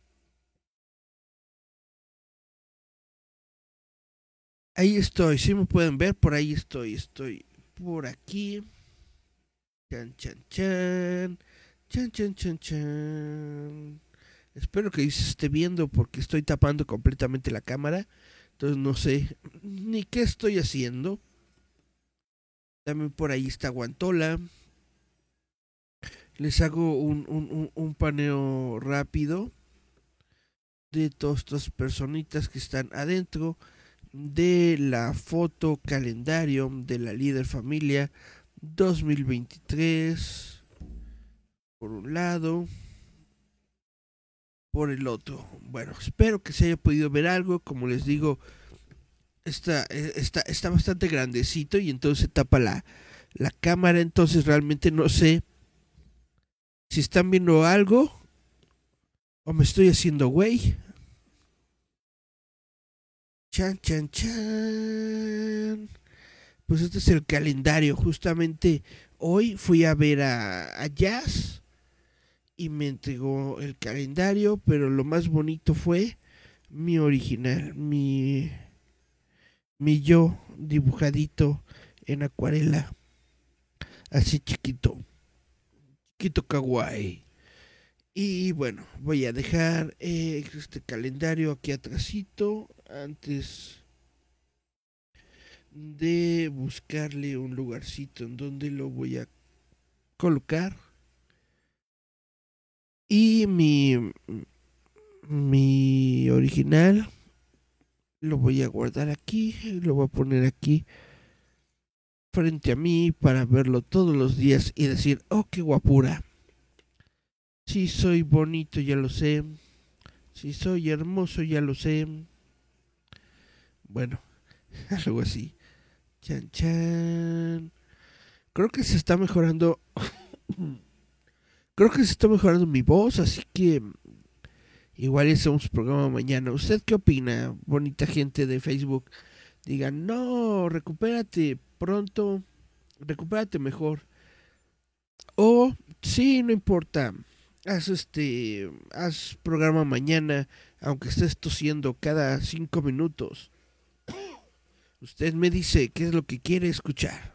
Ahí estoy, si me pueden ver, por ahí estoy, estoy por aquí. Chan, chan, chan. Chan, chan, chan, chan. Espero que se esté viendo porque estoy tapando completamente la cámara. Entonces no sé ni qué estoy haciendo. También por ahí está Guantola. Les hago un, un, un, un paneo rápido de todas estas personitas que están adentro de la foto calendario de la Líder Familia dos mil veintitrés. Por un lado, por el otro. Bueno, espero que se haya podido ver algo. Como les digo, está, está, está bastante grandecito y entonces se tapa la, la cámara. Entonces realmente no sé si están viendo algo o me estoy haciendo güey. Chan, chan, chan. Pues este es el calendario. Justamente hoy fui a ver a, a Jazz y me entregó el calendario, pero lo más bonito fue mi original, mi, mi yo dibujadito en acuarela, así chiquito, chiquito kawaii. Y bueno, voy a dejar eh, este calendario aquí atrásito antes de buscarle un lugarcito en donde lo voy a colocar. Y mi, mi original lo voy a guardar aquí, lo voy a poner aquí frente a mí para verlo todos los días y decir, oh, qué guapura. Si soy bonito, ya lo sé. Si soy hermoso, ya lo sé. Bueno, algo así. Chan, chan. Creo que se está mejorando. Creo que se está mejorando mi voz, así que igual hacemos programa mañana. ¿Usted qué opina, bonita gente de Facebook? Digan, no, recupérate pronto, recupérate mejor. O, sí, no importa, haz este, haz programa mañana, aunque estés tosiendo cada cinco minutos. Usted me dice qué es lo que quiere escuchar.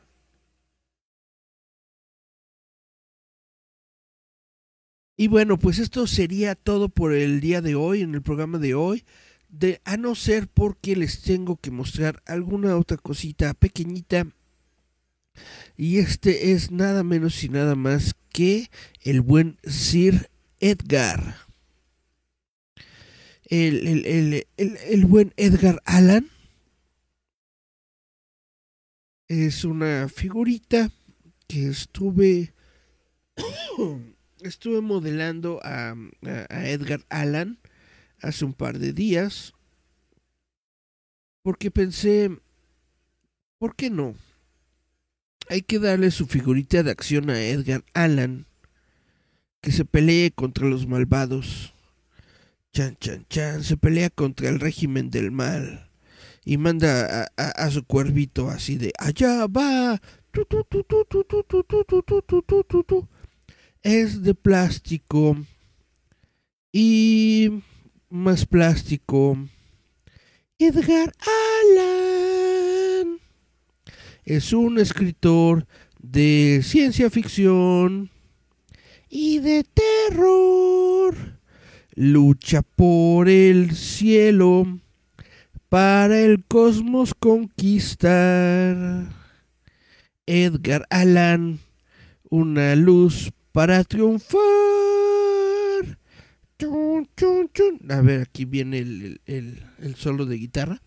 Y bueno, pues esto sería todo por el día de hoy, en el programa de hoy. De, a no ser porque les tengo que mostrar alguna otra cosita pequeñita. Y este es nada menos y nada más que el buen Sir Edgar. El, el, el, el, el buen Edgar Allan. Es una figurita que estuve... Estuve modelando a, a, a Edgar Allan hace un par de días porque pensé, ¿por qué no? Hay que darle su figurita de acción a Edgar Allan, que se pelee contra los malvados. Chan, chan, chan, se pelea contra el régimen del mal y manda a, a, a su cuervito así de allá va. Tu, tu, tu, tu, tu, tu, tu, tu, tu, tu, tu, tu, tu. Es de plástico y más plástico. Edgar Allan es un escritor de ciencia ficción y de terror. Lucha por el cielo para el cosmos conquistar. Edgar Allan, una luz para triunfar. Chun, chun, chun. A ver, aquí viene el, el, el solo de guitarra.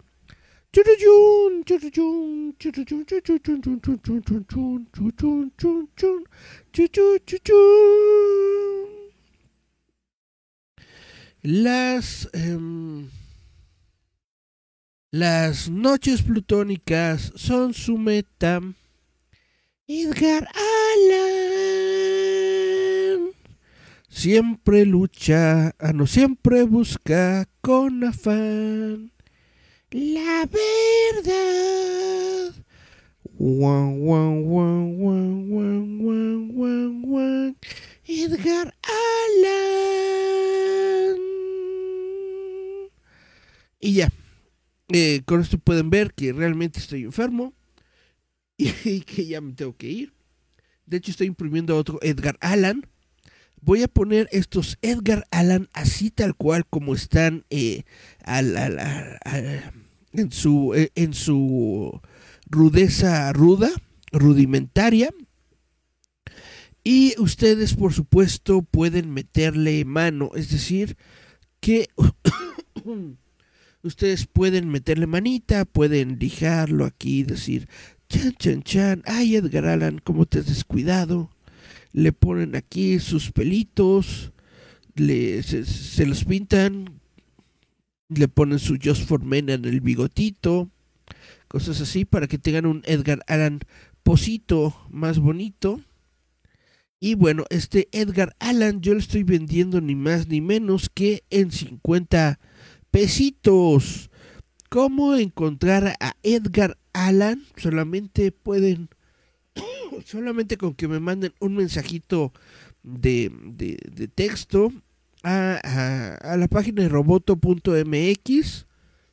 Las um, las noches plutónicas son su meta. Edgar Allan siempre lucha, ah, no siempre busca con afán la verdad. Wan, wan, wan, wan, wan, wan, wan, wan. Edgar Allan. Y ya. Eh, con esto pueden ver que realmente estoy enfermo y, y que ya me tengo que ir. De hecho, estoy imprimiendo otro Edgar Allan. Voy a poner estos Edgar Allan así tal cual como están eh, al, al, al, al, en, su, eh, en su rudeza ruda, rudimentaria. Y ustedes, por supuesto, pueden meterle mano. Es decir, que ustedes pueden meterle manita, pueden lijarlo aquí y decir, chan, chan, chan, ay Edgar Allan, ¿cómo te has descuidado? Le ponen aquí sus pelitos, le, se, se los pintan, le ponen su Just for Men en el bigotito, cosas así para que tengan un Edgar Allan posito más bonito. Y bueno, este Edgar Allan yo lo estoy vendiendo ni más ni menos que en cincuenta pesitos. ¿Cómo encontrar a Edgar Allan? Solamente pueden, solamente con que me manden un mensajito de, de, de texto a, a, a la página de roboto punto m x.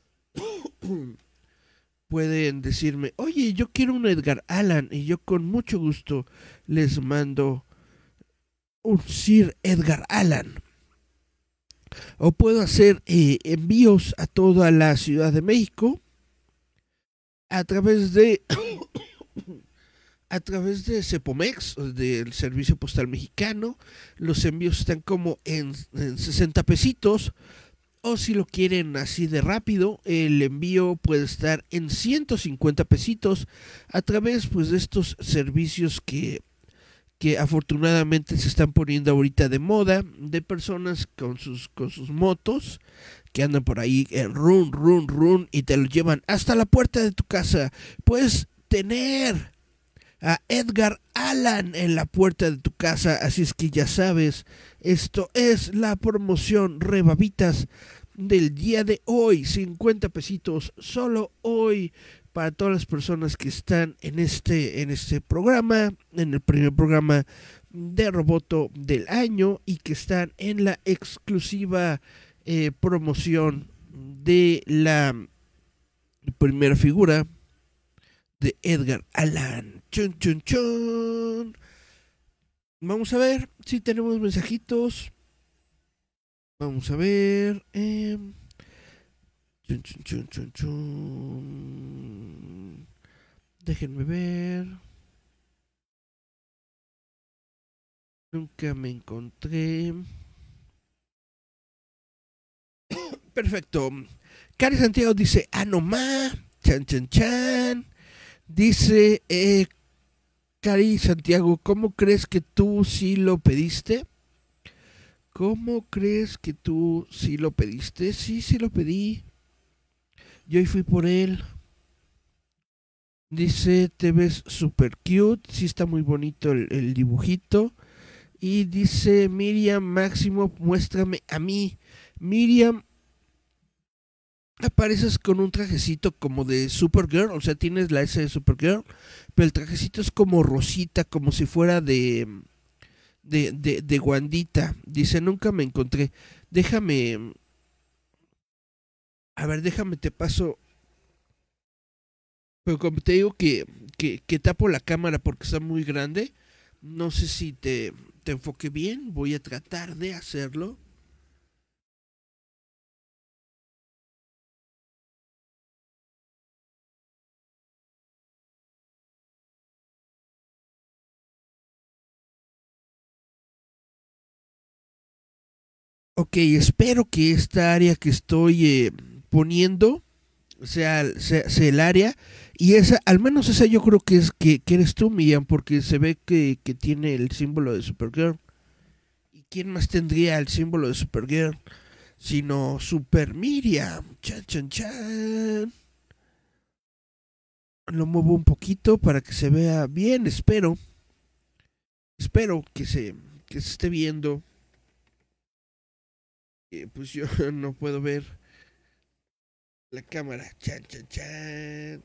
Pueden decirme, oye, yo quiero un Edgar Allan, y yo con mucho gusto les mando un Sir Edgar Allan. O puedo hacer eh, envíos a toda la Ciudad de México a través de a través de Cepomex, del Servicio Postal Mexicano. Los envíos están como en, en sesenta pesitos. O si lo quieren así de rápido, el envío puede estar en ciento cincuenta pesitos a través pues de estos servicios que que afortunadamente se están poniendo ahorita de moda, de personas con sus, con sus motos, que andan por ahí en run, run, run, y te lo llevan hasta la puerta de tu casa. Puedes tener a Edgar Allan en la puerta de tu casa, así es que ya sabes, esto es la promoción Rebabitas del día de hoy, cincuenta pesitos, solo hoy, para todas las personas que están en este, en este programa, en el primer programa de Roboto del año, y que están en la exclusiva eh, promoción de la primera figura de Edgar Allan. Chun, chun, chun. Vamos a ver si tenemos mensajitos. Vamos a ver. Eh, Chun, chun, chun, chun, chun. Déjenme ver. Nunca me encontré. Perfecto. Cari Santiago dice, ah, no ma. Chan, chan, chan. Dice, eh, Cari Santiago, ¿cómo crees que tú sí lo pediste? ¿Cómo crees que tú sí lo pediste? Sí, sí lo pedí. Yo hoy fui por él. Dice, te ves super cute. Sí está muy bonito el, el dibujito. Y dice, Miriam Máximo, muéstrame a mí. Miriam, apareces con un trajecito como de Supergirl. O sea, tienes la S de Supergirl, pero el trajecito es como rosita, como si fuera de... De, de, de Wandita. Dice, nunca me encontré. Déjame... A ver, déjame, te paso. Pero como te digo que, que, que tapo la cámara porque está muy grande, no sé si te, te enfoque bien. Voy a tratar de hacerlo. Ok, espero que esta área que estoy eh, poniendo sea, sea, sea el área. Y esa, al menos esa yo creo que es que, que eres tú, Miriam, porque se ve que, que tiene el símbolo de Supergirl. ¿Y quién más tendría el símbolo de Supergirl? Sino Super Miriam. Chan, chan, chan. Lo muevo un poquito para que se vea bien, espero. Espero que se, que se esté viendo. Eh, pues yo no puedo ver la cámara. Chan, chan, chan.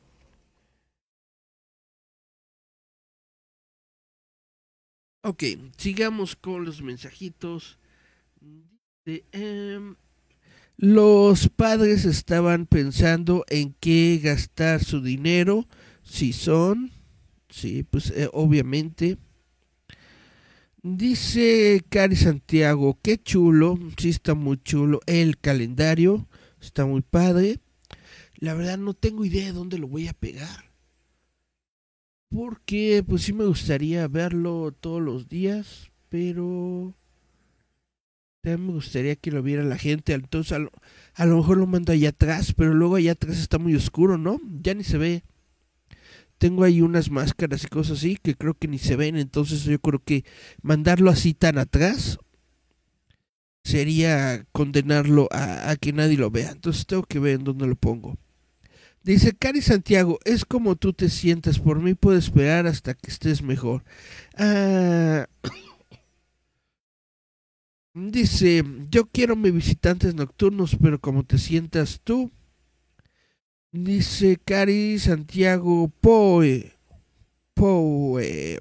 Ok, sigamos con los mensajitos. Dice, em, los padres estaban pensando en qué gastar su dinero. Si son, sí, pues eh, obviamente. Dice Cari Santiago, qué chulo, sí está muy chulo. El calendario está muy padre. La verdad no tengo idea de dónde lo voy a pegar. Porque pues sí me gustaría verlo todos los días, pero también me gustaría que lo viera la gente. Entonces a lo, a lo mejor lo mando allá atrás, pero luego allá atrás está muy oscuro, ¿no? Ya ni se ve. Tengo ahí unas máscaras y cosas así que creo que ni se ven, entonces yo creo que mandarlo así tan atrás sería condenarlo a, a que nadie lo vea. Entonces tengo que ver en dónde lo pongo. Dice Cari Santiago, es como tú te sientas, por mí puedo esperar hasta que estés mejor. Ah, dice, yo quiero mis visitantes nocturnos, pero como te sientas tú. Dice Cari Santiago, Poe, Poe.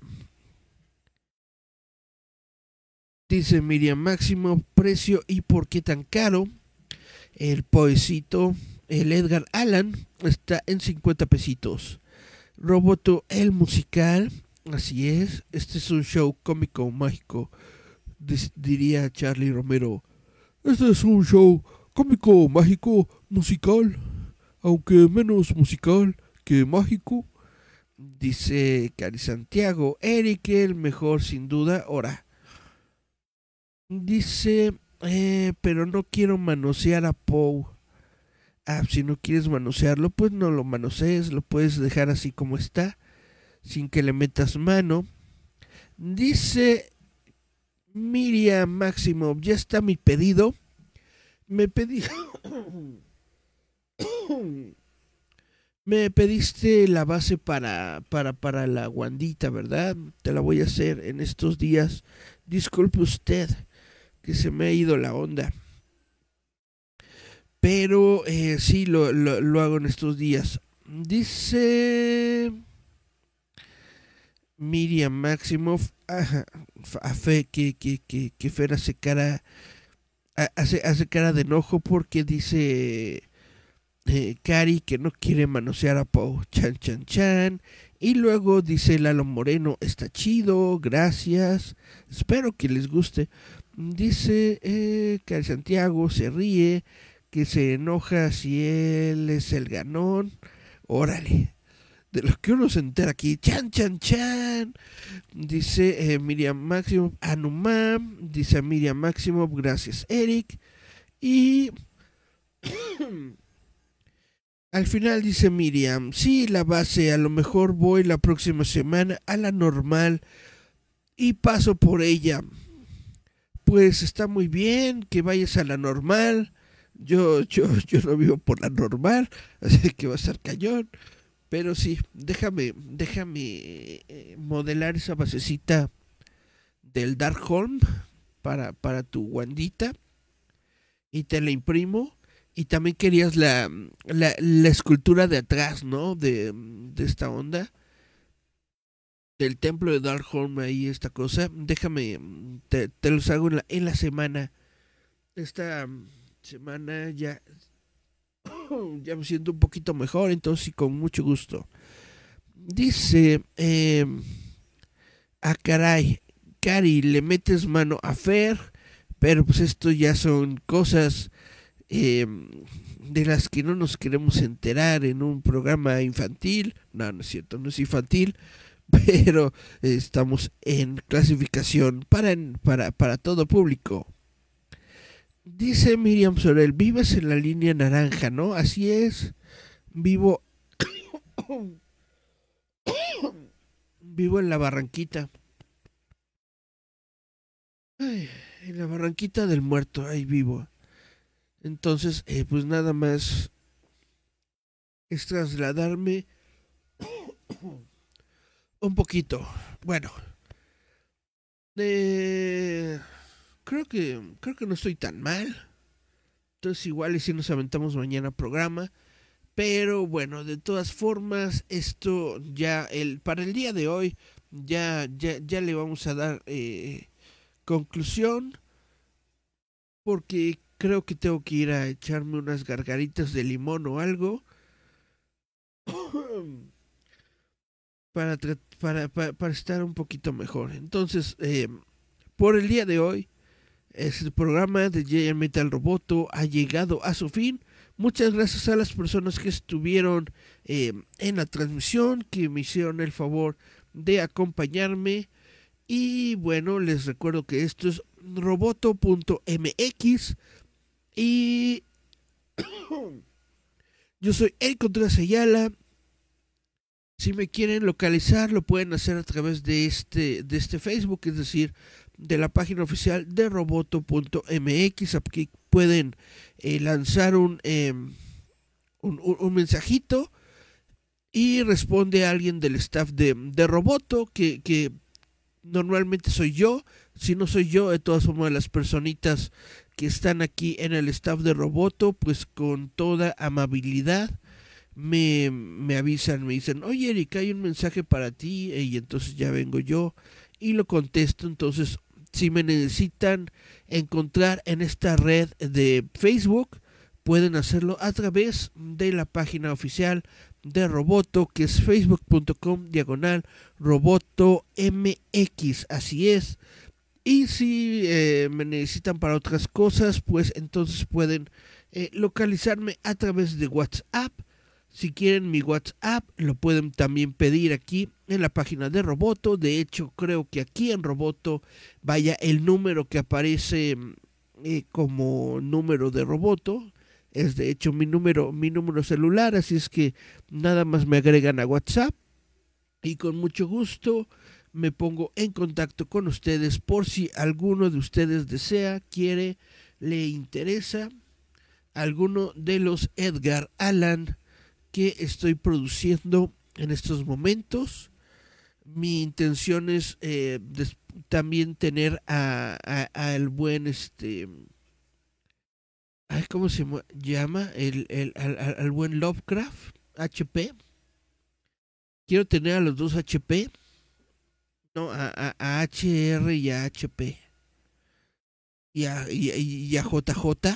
Dice Miriam Máximo, precio y por qué tan caro. El Poecito, el Edgar Allan, está en cincuenta pesitos. Roboto, el musical, así es. Este es un show cómico mágico, diría Charlie Romero. Este es un show cómico mágico musical, aunque menos musical que mágico. Dice Cari Santiago, Eric el mejor sin duda. Ahora dice, eh, pero no quiero manosear a Poe. Ah, si no quieres manosearlo, pues no lo manosees, lo puedes dejar así como está, sin que le metas mano. Dice Miriam Máximo, ya está mi pedido. Me pedí... Me pediste la base para, para, para la guandita, ¿verdad? Te la voy a hacer en estos días. Disculpe usted que se me ha ido la onda. Pero eh, sí, lo, lo, lo hago en estos días. Dice Miriam Maximoff, ajá, a fe que, que, que, que Fer hace cara, hace, hace cara de enojo porque dice eh, Cari que no quiere manosear a Poe. Chan, chan, chan. Y luego dice Lalo Moreno, está chido, gracias, espero que les guste. Dice eh, Cari Santiago, se ríe, que se enoja si él es el ganón. Órale, de lo que uno se entera aquí. Chan, chan, chan. Dice eh, Miriam Máximo, Anumam. Dice Miriam Máximo, gracias Eric. Y al final dice Miriam, sí, la base, a lo mejor voy la próxima semana a la normal y paso por ella. Pues está muy bien que vayas a la normal. Yo, yo, yo no vivo por la normal, así que va a estar cañón. Pero sí, déjame, déjame eh, modelar esa basecita del Darkholm para, para tu guandita y te la imprimo. Y también querías la, la, la escultura de atrás, ¿no? De, de esta onda. Del templo de Darkholm, ahí esta cosa. Déjame, te, te los hago en la, en la semana. Esta semana ya, ya me siento un poquito mejor, entonces sí, con mucho gusto. Dice, eh, ah caray, Cari, le metes mano a Fer, pero pues esto ya son cosas eh, de las que no nos queremos enterar en un programa infantil. No, no es cierto, no es infantil, pero eh, estamos en clasificación para, para, para todo público. Dice Miriam Sorel, vives en la línea naranja, ¿no? Así es, vivo vivo en la Barranquita. Ay, en la Barranquita del Muerto, ahí vivo. Entonces, eh, pues nada más es trasladarme un poquito. Bueno, eh, creo que creo que no estoy tan mal. Entonces igual y si nos aventamos mañana programa. Pero bueno, de todas formas, esto ya el para el día de hoy ya ya, ya le vamos a dar eh, conclusión, porque creo que tengo que ir a echarme unas gargaritas de limón o algo para, para, para, para estar un poquito mejor. Entonces, eh, por el día de hoy, el programa de Giant Metal Roboto ha llegado a su fin. Muchas gracias a las personas que estuvieron eh, en la transmisión, que me hicieron el favor de acompañarme. Y bueno, les recuerdo que esto es roboto punto m x y yo soy El Contreras Ayala. Si me quieren localizar, lo pueden hacer a través de este, de este Facebook, es decir, de la página oficial de roboto punto m x. Aquí pueden eh, lanzar un, eh, un, un, un mensajito y responde a alguien del staff de, de Roboto, que, que normalmente soy yo. Si no soy yo, de todas formas, las personitas que están aquí en el staff de Roboto, pues con toda amabilidad me, me avisan, me dicen, oye Erika, hay un mensaje para ti, y entonces ya vengo yo y lo contesto. Entonces, si me necesitan encontrar en esta red de Facebook, pueden hacerlo a través de la página oficial de Roboto, que es facebook punto com diagonal roboto m x. Así es. Y si eh, me necesitan para otras cosas, pues entonces pueden eh, localizarme a través de WhatsApp. Si quieren mi WhatsApp, lo pueden también pedir aquí en la página de Roboto. De hecho, creo que aquí en Roboto, vaya, el número que aparece eh, como número de Roboto es de hecho mi número, mi número celular. Así es que nada más me agregan a WhatsApp y con mucho gusto me pongo en contacto con ustedes por si alguno de ustedes desea, quiere, le interesa alguno de los Edgar Allan que estoy produciendo en estos momentos. Mi intención es eh, des- también tener a, a, a el buen este ay, ¿cómo se llama? El, el, al, al buen Lovecraft, H P. Quiero tener a los dos H P. No, a, a, a H R y a H P. Y a, y, y a J J.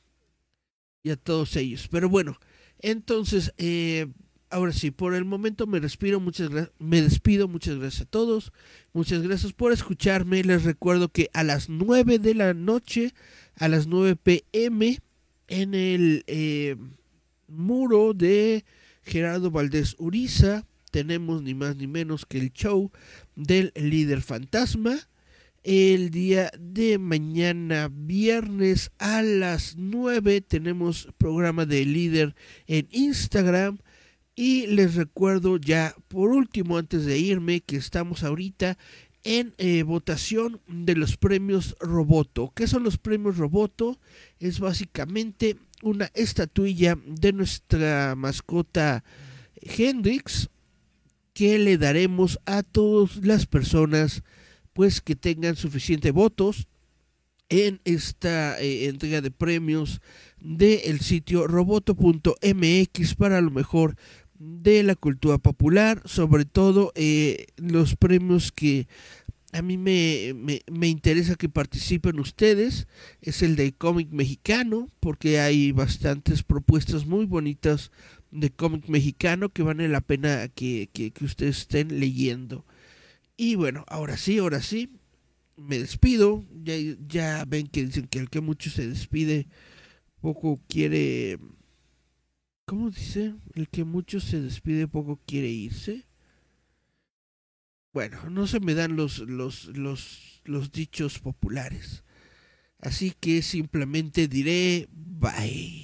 Y a todos ellos. Pero bueno, entonces, eh, ahora sí, por el momento me despido, muchas gra- me despido, muchas gracias a todos, muchas gracias por escucharme. Les recuerdo que a las nueve de la noche, a las nueve pm, en el eh, muro de Gerardo Valdés Uriza, tenemos ni más ni menos que el show del líder fantasma. El día de mañana, viernes a las nueve, tenemos programa de líder en Instagram. Y les recuerdo ya por último, antes de irme, que estamos ahorita en eh, votación de los premios Roboto. ¿Qué son los premios Roboto? Es básicamente una estatuilla de nuestra mascota Hendrix, que le daremos a todas las personas pues que tengan suficientes votos en esta eh, entrega de premios del sitio roboto punto m x para lo mejor de la cultura popular, sobre todo eh, los premios que a mí me, me, me interesa que participen ustedes. Es el de cómic mexicano, porque hay bastantes propuestas muy bonitas de cómic mexicano que vale la pena que, que, que ustedes estén leyendo. Y bueno, ahora sí, ahora sí, me despido. Ya, ya ven que dicen que el que mucho se despide, poco quiere... ¿Cómo dice? El que mucho se despide, poco quiere irse. Bueno, no se me dan los, los, los, los dichos populares. Así que simplemente diré bye.